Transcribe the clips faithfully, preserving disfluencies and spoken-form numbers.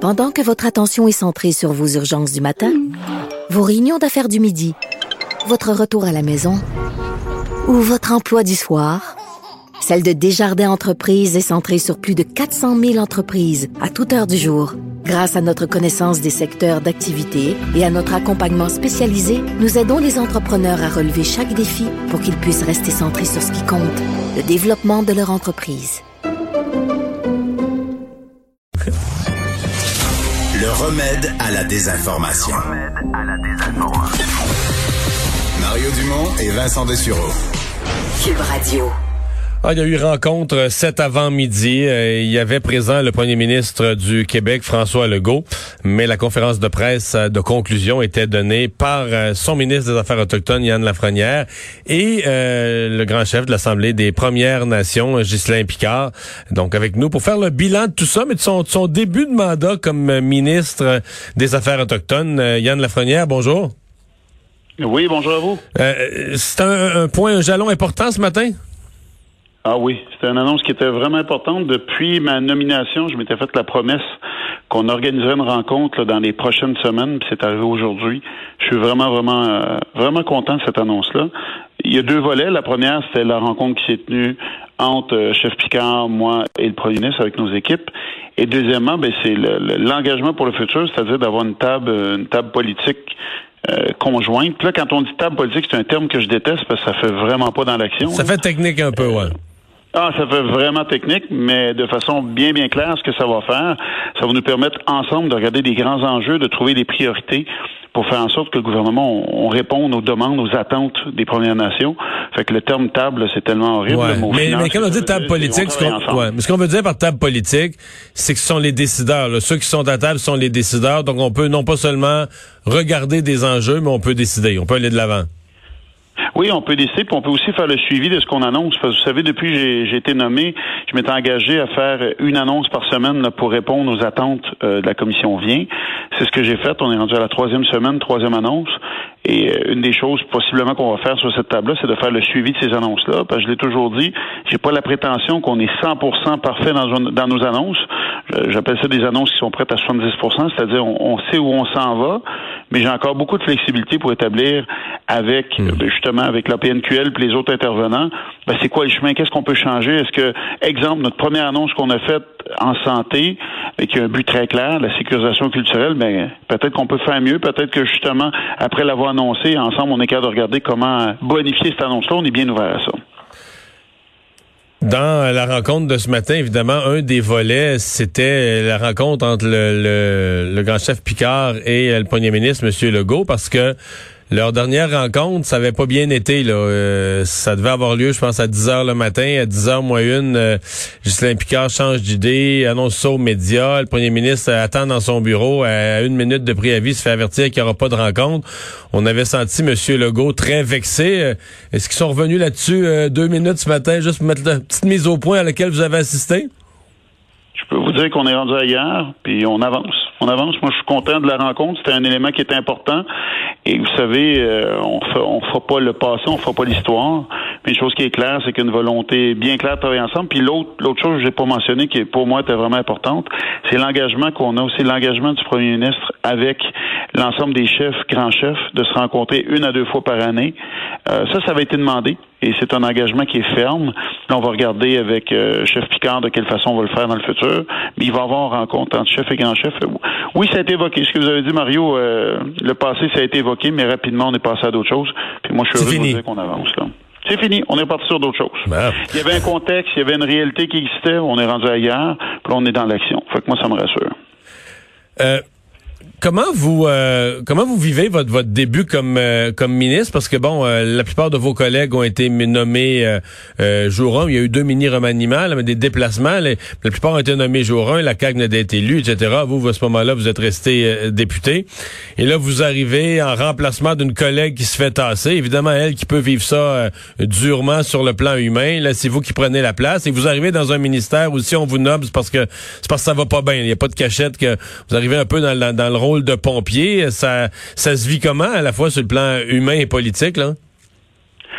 Pendant que votre attention est centrée sur vos urgences du matin, vos réunions d'affaires du midi, votre retour à la maison ou votre emploi du soir, celle de Desjardins Entreprises est centrée sur plus de quatre cent mille entreprises à toute heure du jour. Grâce à notre connaissance des secteurs d'activité et à notre accompagnement spécialisé, nous aidons les entrepreneurs à relever chaque défi pour qu'ils puissent rester centrés sur ce qui compte, le développement de leur entreprise. Le remède à la désinformation. Le remède à la désinformation. Mario Dumont et Vincent Dessureau. Cube Radio. Ah, il y a eu rencontre cet avant-midi. Euh, il y avait présent le premier ministre du Québec, François Legault, mais la conférence de presse de conclusion était donnée par euh, son ministre des Affaires autochtones, Yann Lafrenière, et euh, le grand chef de l'Assemblée des Premières Nations, Ghislain Picard. Donc, avec nous pour faire le bilan de tout ça, mais de son, de son début de mandat comme ministre des Affaires autochtones. Euh, Yann Lafrenière, bonjour. Oui, bonjour à vous. Euh, c'est un, un point, un jalon important ce matin? Ah oui, c'était une annonce qui était vraiment importante. Depuis ma nomination, je m'étais fait la promesse qu'on organiserait une rencontre là, dans les prochaines semaines, puis c'est arrivé aujourd'hui. Je suis vraiment, vraiment, euh, vraiment content de cette annonce-là. Il y a deux volets. La première, c'était la rencontre qui s'est tenue entre euh, Chef Picard, moi et le premier ministre avec nos équipes. Et deuxièmement, ben c'est le, le, l'engagement pour le futur, c'est-à-dire d'avoir une table, une table politique Euh, conjointe. Puis là, quand on dit table politique, c'est un terme que je déteste parce que ça fait vraiment pas dans l'action. Ça là. fait technique un peu, ouais. Ah, ça fait vraiment technique, mais de façon bien, bien claire, ce que ça va faire, ça va nous permettre ensemble de regarder des grands enjeux, de trouver des priorités pour faire en sorte que le gouvernement, on, on réponde aux demandes, aux attentes des Premières Nations. Fait que le terme table, c'est tellement horrible. Ouais. Le mais, finance, mais quand on dit table politique, ce qu'on, ouais. mais ce qu'on veut dire par table politique, c'est que ce sont les décideurs. Là. Ceux qui sont à table sont les décideurs. Donc, on peut non pas seulement regarder des enjeux, mais on peut décider. On peut aller de l'avant. Oui, on peut décider, puis on peut aussi faire le suivi de ce qu'on annonce. Parce que vous savez, depuis que j'ai, j'ai été nommé, je m'étais engagé à faire une annonce par semaine là, pour répondre aux attentes euh, de la commission Vient. C'est ce que j'ai fait. On est rendu à la troisième semaine, troisième annonce. Et euh, une des choses possiblement qu'on va faire sur cette table-là, c'est de faire le suivi de ces annonces-là. Parce que je l'ai toujours dit, j'ai pas la prétention qu'on est cent pour cent parfait dans, dans nos annonces. J'appelle ça des annonces qui sont prêtes à soixante-dix pour cent, c'est-à-dire on, on sait où on s'en va, mais j'ai encore beaucoup de flexibilité pour établir avec mmh. justement avec l'A P N Q L et les autres intervenants, ben c'est quoi le chemin, qu'est-ce qu'on peut changer? Est-ce que, exemple, notre première annonce qu'on a faite en santé, et qui a un but très clair, la sécurisation culturelle, ben peut-être qu'on peut faire mieux, peut-être que justement, après l'avoir annoncé, ensemble, on est capable de regarder comment bonifier cette annonce-là, on est bien ouvert à ça. Dans la rencontre de ce matin, évidemment, un des volets, c'était la rencontre entre le, le, le grand chef Picard et le premier ministre, M. Legault, parce que leur dernière rencontre, ça avait pas bien été. Là. Euh, ça devait avoir lieu, je pense, à dix heures le matin. À dix heures moins une, euh, Ghislain Picard change d'idée, annonce ça aux médias. Le premier ministre attend dans son bureau. À une minute de préavis, se fait avertir qu'il n'y aura pas de rencontre. On avait senti M. Legault très vexé. Est-ce qu'ils sont revenus là-dessus euh, deux minutes ce matin, juste pour mettre la petite mise au point à laquelle vous avez assisté? Je peux vous dire qu'on est rendu ailleurs, puis on avance. On avance. Moi, je suis content de la rencontre. C'était un élément qui était important. Et vous savez, euh, on ne on fera pas le passé, on ne fera pas l'histoire. Mais une chose qui est claire, c'est qu'une volonté bien claire de travailler ensemble. Puis l'autre, l'autre chose que je n'ai pas mentionné, qui pour moi était vraiment importante, c'est l'engagement qu'on a aussi, l'engagement du premier ministre avec l'ensemble des chefs, grands chefs, de se rencontrer une à deux fois par année. Euh, ça, ça avait été demandé. Et c'est un engagement qui est ferme. Là, on va regarder avec euh, chef Picard de quelle façon on va le faire dans le futur. Mais il va y avoir une rencontre entre chef et grand chef. Oui, ça a été évoqué. Ce que vous avez dit, Mario, euh, le passé, ça a été évoqué, mais rapidement, on est passé à d'autres choses. Puis moi, je suis heureux de vous dire qu'on avance, là. C'est fini. On est parti sur d'autres choses. Ben. Il y avait un contexte, il y avait une réalité qui existait. On est rendu ailleurs. Puis là, on est dans l'action. Fait que moi, ça me rassure. Euh... Comment vous euh, comment vous vivez votre votre début comme euh, comme ministre, parce que bon euh, la plupart de vos collègues ont été nommés euh, euh, jour un, il y a eu deux mini remaniements, là, mais des déplacements, les, la plupart ont été nommés jour un, la C A Q n'a d'être élue, et cetera. Vous, à ce moment-là, vous êtes resté euh, député, et là vous arrivez en remplacement d'une collègue qui se fait tasser, évidemment elle qui peut vivre ça euh, durement sur le plan humain. Là, c'est vous qui prenez la place, et vous arrivez dans un ministère où si on vous nomme, c'est parce que c'est parce que ça va pas bien. Il y a pas de cachette, que vous arrivez un peu dans, dans, dans le rôle de pompier. Ça, ça se vit comment, à la fois sur le plan humain et politique, là?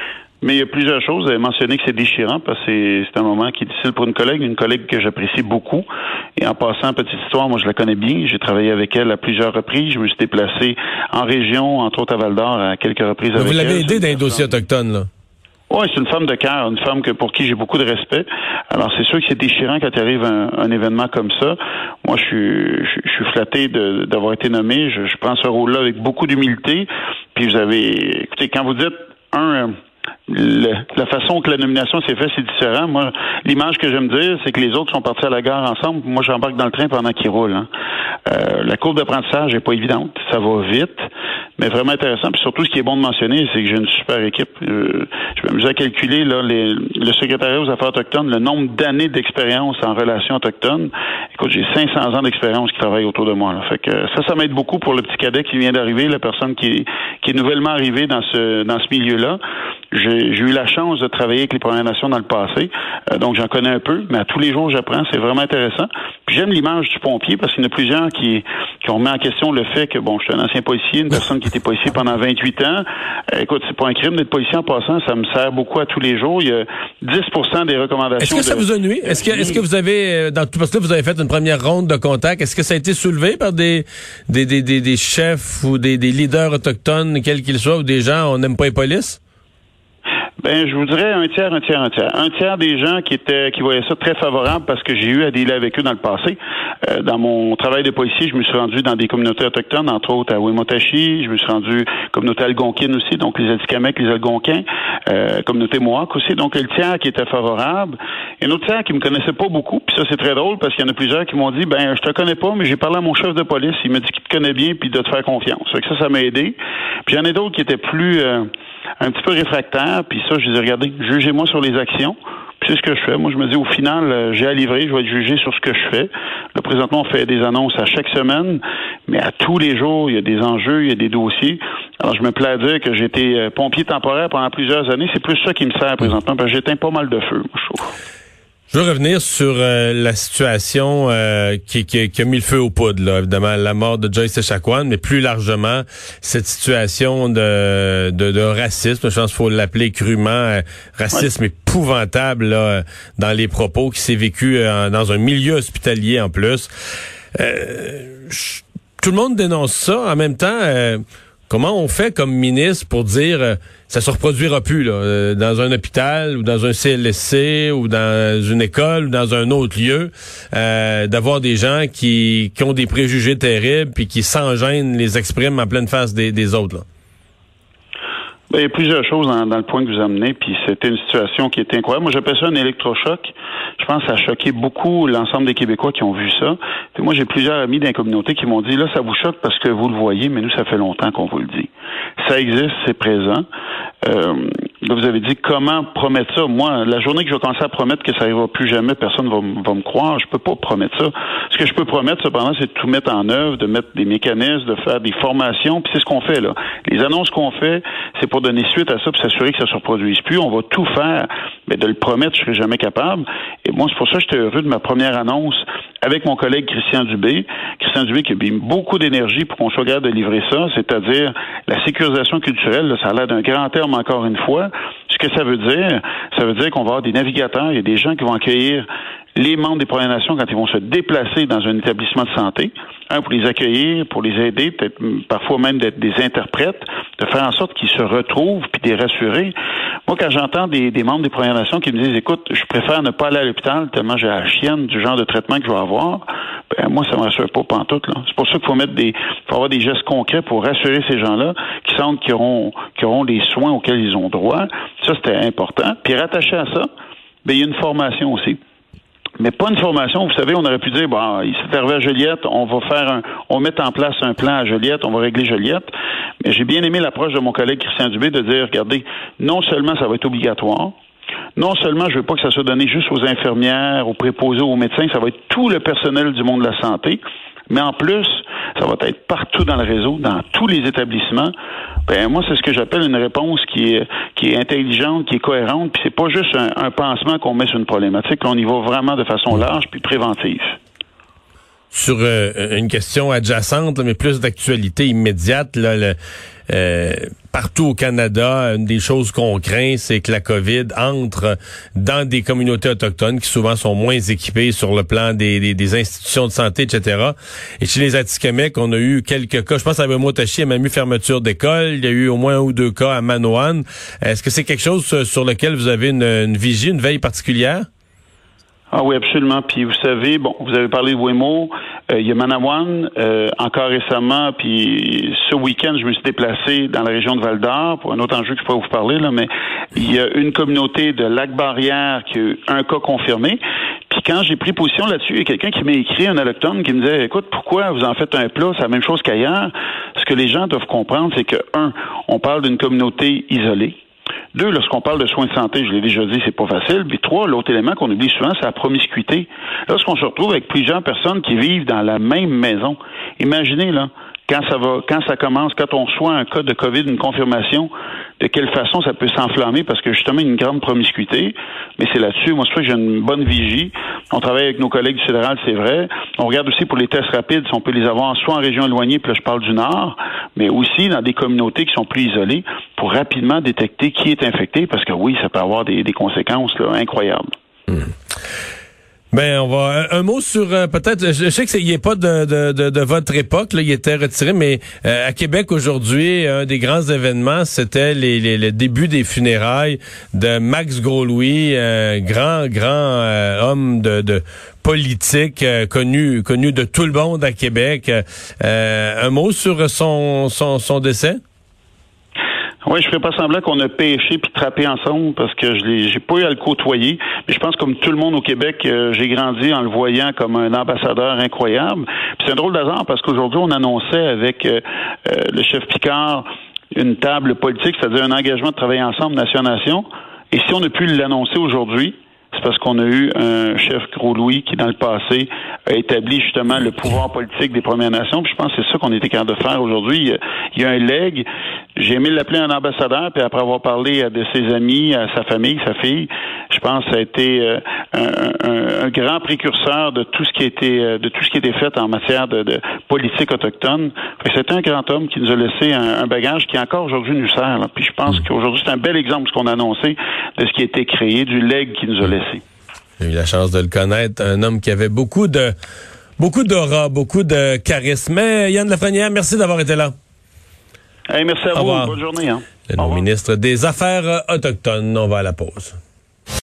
Mais il y a plusieurs choses. Vous avez mentionné que c'est déchirant parce que c'est, c'est un moment qui est difficile pour une collègue, une collègue que j'apprécie beaucoup. Et en passant, petite histoire, moi je la connais bien. J'ai travaillé avec elle à plusieurs reprises. Je me suis déplacé en région, entre autres à Val-d'Or, à quelques reprises Mais avec elle. Vous l'avez aidé dans les dossiers autochtones, là? Oui, c'est une femme de cœur, une femme que pour qui j'ai beaucoup de respect. Alors c'est sûr que c'est déchirant quand il arrive un, un événement comme ça. Moi, je suis, je, je suis flatté de, d'avoir été nommé. Je, je prends ce rôle-là avec beaucoup d'humilité. Puis vous avez, écoutez, quand vous dites un, le, la façon que la nomination s'est faite, c'est différent. Moi, l'image que j'aime dire, c'est que les autres sont partis à la gare ensemble. Moi, j'embarque dans le train pendant qu'ils roulent. Hein. Euh, la courbe d'apprentissage n'est pas évidente. Ça va vite, mais vraiment intéressant. Puis surtout, ce qui est bon de mentionner, c'est que j'ai une super équipe. Euh, je m'amuse à calculer là, les, le secrétariat aux affaires autochtones, le nombre d'années d'expérience en relations autochtones. Écoute, j'ai cinq cents ans d'expérience qui travaillent autour de moi. Là. Fait que ça, ça m'aide beaucoup pour le petit cadet qui vient d'arriver, la personne qui est, qui est nouvellement arrivée dans ce dans ce milieu-là. J'ai, j'ai eu la chance de travailler avec les Premières Nations dans le passé, euh, donc j'en connais un peu, mais à tous les jours j'apprends, c'est vraiment intéressant. Puis j'aime l'image du pompier parce qu'il y en a plusieurs qui, qui ont remis en question le fait que, bon, je suis un ancien policier, une personne qui était policier pendant vingt-huit ans. Euh, écoute, c'est pas un crime d'être policier en passant, ça me sert beaucoup à tous les jours. Il y a dix pour cent des recommandations. Est-ce que ça de... vous a nuit? Est-ce que, est-ce que vous avez, dans tout, parce que là, vous avez fait une première ronde de contact, est-ce que ça a été soulevé par des, des, des, des, des chefs ou des, des leaders autochtones, quels qu'ils soient, ou des gens, on n'aime pas les polices? Ben, je vous dirais un tiers, un tiers, un tiers. Un tiers des gens qui étaient, qui voyaient ça très favorable parce que j'ai eu à dealer avec eux dans le passé. Euh, dans mon travail de policier, je me suis rendu dans des communautés autochtones, entre autres à Wemotachi. Je me suis rendu communauté algonquine aussi, donc les Atikamekw, les Algonquins, euh, communauté Mohawk aussi. Donc le tiers qui était favorable. Et un autre tiers qui me connaissait pas beaucoup. Puis ça, c'est très drôle parce qu'il y en a plusieurs qui m'ont dit, ben, je te connais pas, mais j'ai parlé à mon chef de police. Il m'a dit qu'il te connaît bien puis de te faire confiance. Fait que ça, ça m'a aidé. Puis il y en a d'autres qui étaient plus, euh, un petit peu réfractaires, puis ça, je les ai regardés. Jugez-moi sur les actions. Puis c'est ce que je fais. Moi, je me dis, au final, euh, j'ai à livrer, je vais être jugé sur ce que je fais. Là, présentement, on fait des annonces à chaque semaine, mais à tous les jours, il y a des enjeux, il y a des dossiers. Alors, je me plais à dire que j'ai été euh, pompier temporaire pendant plusieurs années. C'est plus ça qui me sert présentement, parce que j'éteins pas mal de feu, moi, je trouve. Je veux revenir sur euh, la situation euh, qui, qui, qui a mis le feu aux poudres, là, évidemment, la mort de Joyce Echaquan, mais plus largement, cette situation de, de, de racisme, je pense qu'il faut l'appeler crûment, euh, racisme ouais. épouvantable là, dans les propos qui s'est vécu euh, dans un milieu hospitalier en plus. Euh, je, tout le monde dénonce ça. En même temps, euh, comment on fait comme ministre pour dire euh, ça se reproduira plus là, euh, dans un hôpital ou dans un C L S C ou dans une école ou dans un autre lieu, euh, d'avoir des gens qui, qui ont des préjugés terribles puis qui sans gêne les expriment en pleine face des, des autres là. Ben, il y a plusieurs choses dans, dans le point que vous amenez, puis c'était une situation qui était incroyable. Moi, j'appelle ça un électrochoc. Je pense que ça a choqué beaucoup l'ensemble des Québécois qui ont vu ça. Puis moi, j'ai plusieurs amis dans la communauté qui m'ont dit, là, ça vous choque parce que vous le voyez, mais nous, ça fait longtemps qu'on vous le dit. Ça existe, c'est présent. Euh, là, vous avez dit, comment promettre ça? Moi, la journée que je vais commencer à promettre que ça n'arrivera plus jamais, personne va, va me croire. Je peux pas promettre ça. Ce que je peux promettre, cependant, c'est de tout mettre en œuvre, de mettre des mécanismes, de faire des formations, puis c'est ce qu'on fait, là. Les annonces qu'on fait, c'est pour donner suite à ça, puis s'assurer que ça se reproduise plus. On va tout faire, mais de le promettre, je serai jamais capable. Et moi, c'est pour ça que j'étais heureux de ma première annonce avec mon collègue Christian Dubé. Christian Dubé qui a mis beaucoup d'énergie pour qu'on soit capable de livrer ça, c'est-à-dire la sécurisation culturelle, là, ça a l'air d'un grand terme encore une fois. Ce que ça veut dire, ça veut dire qu'on va avoir des navigateurs, il y a des gens qui vont accueillir les membres des Premières Nations quand ils vont se déplacer dans un établissement de santé, un, pour les accueillir, pour les aider, peut-être parfois même d'être des interprètes, de faire en sorte qu'ils se retrouvent puis de les rassurer. Moi, quand j'entends des, des membres des Premières Nations qui me disent, écoute, je préfère ne pas aller à l'hôpital tellement j'ai la chienne du genre de traitement que je vais avoir, ben, moi, ça me rassure pas pantoute, là. C'est pour ça qu'il faut mettre des, faut avoir des gestes concrets pour rassurer ces gens-là qui sentent qu'ils auront, qu'ils auront les soins auxquels ils ont droit. Ça, c'était important. Puis rattaché à ça, ben, il y a une formation aussi. Mais pas une formation, vous savez, on aurait pu dire, bon, il s'est arrivé à Joliette, on va faire un, on va mettre en place un plan à Joliette, on va régler Joliette. Mais j'ai bien aimé l'approche de mon collègue Christian Dubé de dire, regardez, non seulement ça va être obligatoire, non seulement je veux pas que ça soit donné juste aux infirmières, aux préposés, aux médecins, ça va être tout le personnel du monde de la santé, mais en plus, ça va être partout dans le réseau, dans tous les établissements. Ben moi, c'est ce que j'appelle une réponse qui est qui est intelligente, qui est cohérente, puis c'est pas juste un, un pansement qu'on met sur une problématique, on y va vraiment de façon large puis préventive. sur euh, une question adjacente, là, mais plus d'actualité immédiate, là, le, euh, partout au Canada, une des choses qu'on craint, c'est que la COVID entre dans des communautés autochtones qui souvent sont moins équipées sur le plan des, des, des institutions de santé, et cetera. Et chez les Atikamekw, on a eu quelques cas. Je pense à Wemotaci, il y a même eu fermeture d'école. Il y a eu au moins un ou deux cas à Manoan. Est-ce que c'est quelque chose sur lequel vous avez une, une vigie, une veille particulière? Ah oui, absolument. Puis vous savez, bon, vous avez parlé de Wemo, euh, il y a Manawan, euh, encore récemment, puis ce week-end, je me suis déplacé dans la région de Val-d'Or pour un autre enjeu que je pourrais vous parler, là, mais il y a une communauté de Lac-Barrière qui a eu un cas confirmé. Puis quand j'ai pris position là-dessus, il y a quelqu'un qui m'a écrit, un autochtone, qui me disait, écoute, pourquoi vous en faites un plat? C'est la même chose qu'ailleurs. Ce que les gens doivent comprendre, c'est que, un, on parle d'une communauté isolée. Deux, lorsqu'on parle de soins de santé, je l'ai déjà dit, c'est pas facile. Puis trois, l'autre élément qu'on oublie souvent, c'est la promiscuité. Lorsqu'on se retrouve avec plusieurs personnes qui vivent dans la même maison, imaginez, là, quand ça va, quand ça commence, quand on reçoit un cas de COVID, une confirmation, de quelle façon ça peut s'enflammer, parce que justement, il y a une grande promiscuité. Mais c'est là-dessus, moi, c'est pour ça que j'ai une bonne vigie. On travaille avec nos collègues du fédéral, c'est vrai. On regarde aussi pour les tests rapides, si on peut les avoir soit en région éloignée, puis là, je parle du Nord, mais aussi dans des communautés qui sont plus isolées, pour rapidement détecter qui est infecté, parce que oui, ça peut avoir des, des conséquences là, incroyables. Mmh. Ben, on va un, un mot sur euh, peut-être. Je, je sais que c'est, il est pas de, de, de, de votre époque, là, il était retiré, mais euh, à Québec aujourd'hui, un des grands événements, c'était les, les, le début des funérailles de Max Gros-Louis, euh, grand grand euh, homme de, de politique euh, connu connu de tout le monde à Québec. Euh, un mot sur son son, son décès. Oui, je ferai pas semblant qu'on a pêché puis trappé ensemble parce que je l'ai, j'ai pas eu à le côtoyer. Mais je pense comme tout le monde au Québec, euh, j'ai grandi en le voyant comme un ambassadeur incroyable. Puis c'est un drôle d'hasard parce qu'aujourd'hui on annonçait avec euh, euh, le chef Picard une table politique, c'est-à-dire un engagement de travailler ensemble nation à nation. Et si on a pu l'annoncer aujourd'hui, c'est parce qu'on a eu un chef Gros-Louis qui, dans le passé, a établi justement le pouvoir politique des Premières Nations. Puis je pense que c'est ça qu'on était capable de faire aujourd'hui. Il y a, il y a un legs. J'ai aimé l'appeler un ambassadeur, puis après avoir parlé de ses amis, à sa famille, sa fille, je pense que ça a été un, un, un grand précurseur de tout ce qui a été, de tout ce qui a été fait en matière de, de politique autochtone. C'était un grand homme qui nous a laissé un, un bagage qui encore aujourd'hui nous sert. Là. Puis je pense qu'aujourd'hui, c'est un bel exemple de ce qu'on a annoncé, de ce qui a été créé, du legs qui nous a laissé. J'ai eu la chance de le connaître, un homme qui avait beaucoup de beaucoup d'aura, beaucoup de charisme. Mais Yann Lafrenière, merci d'avoir été là. Hey, merci à vous. Bonne journée. Hein. Le ministre des Affaires autochtones. On va à la pause.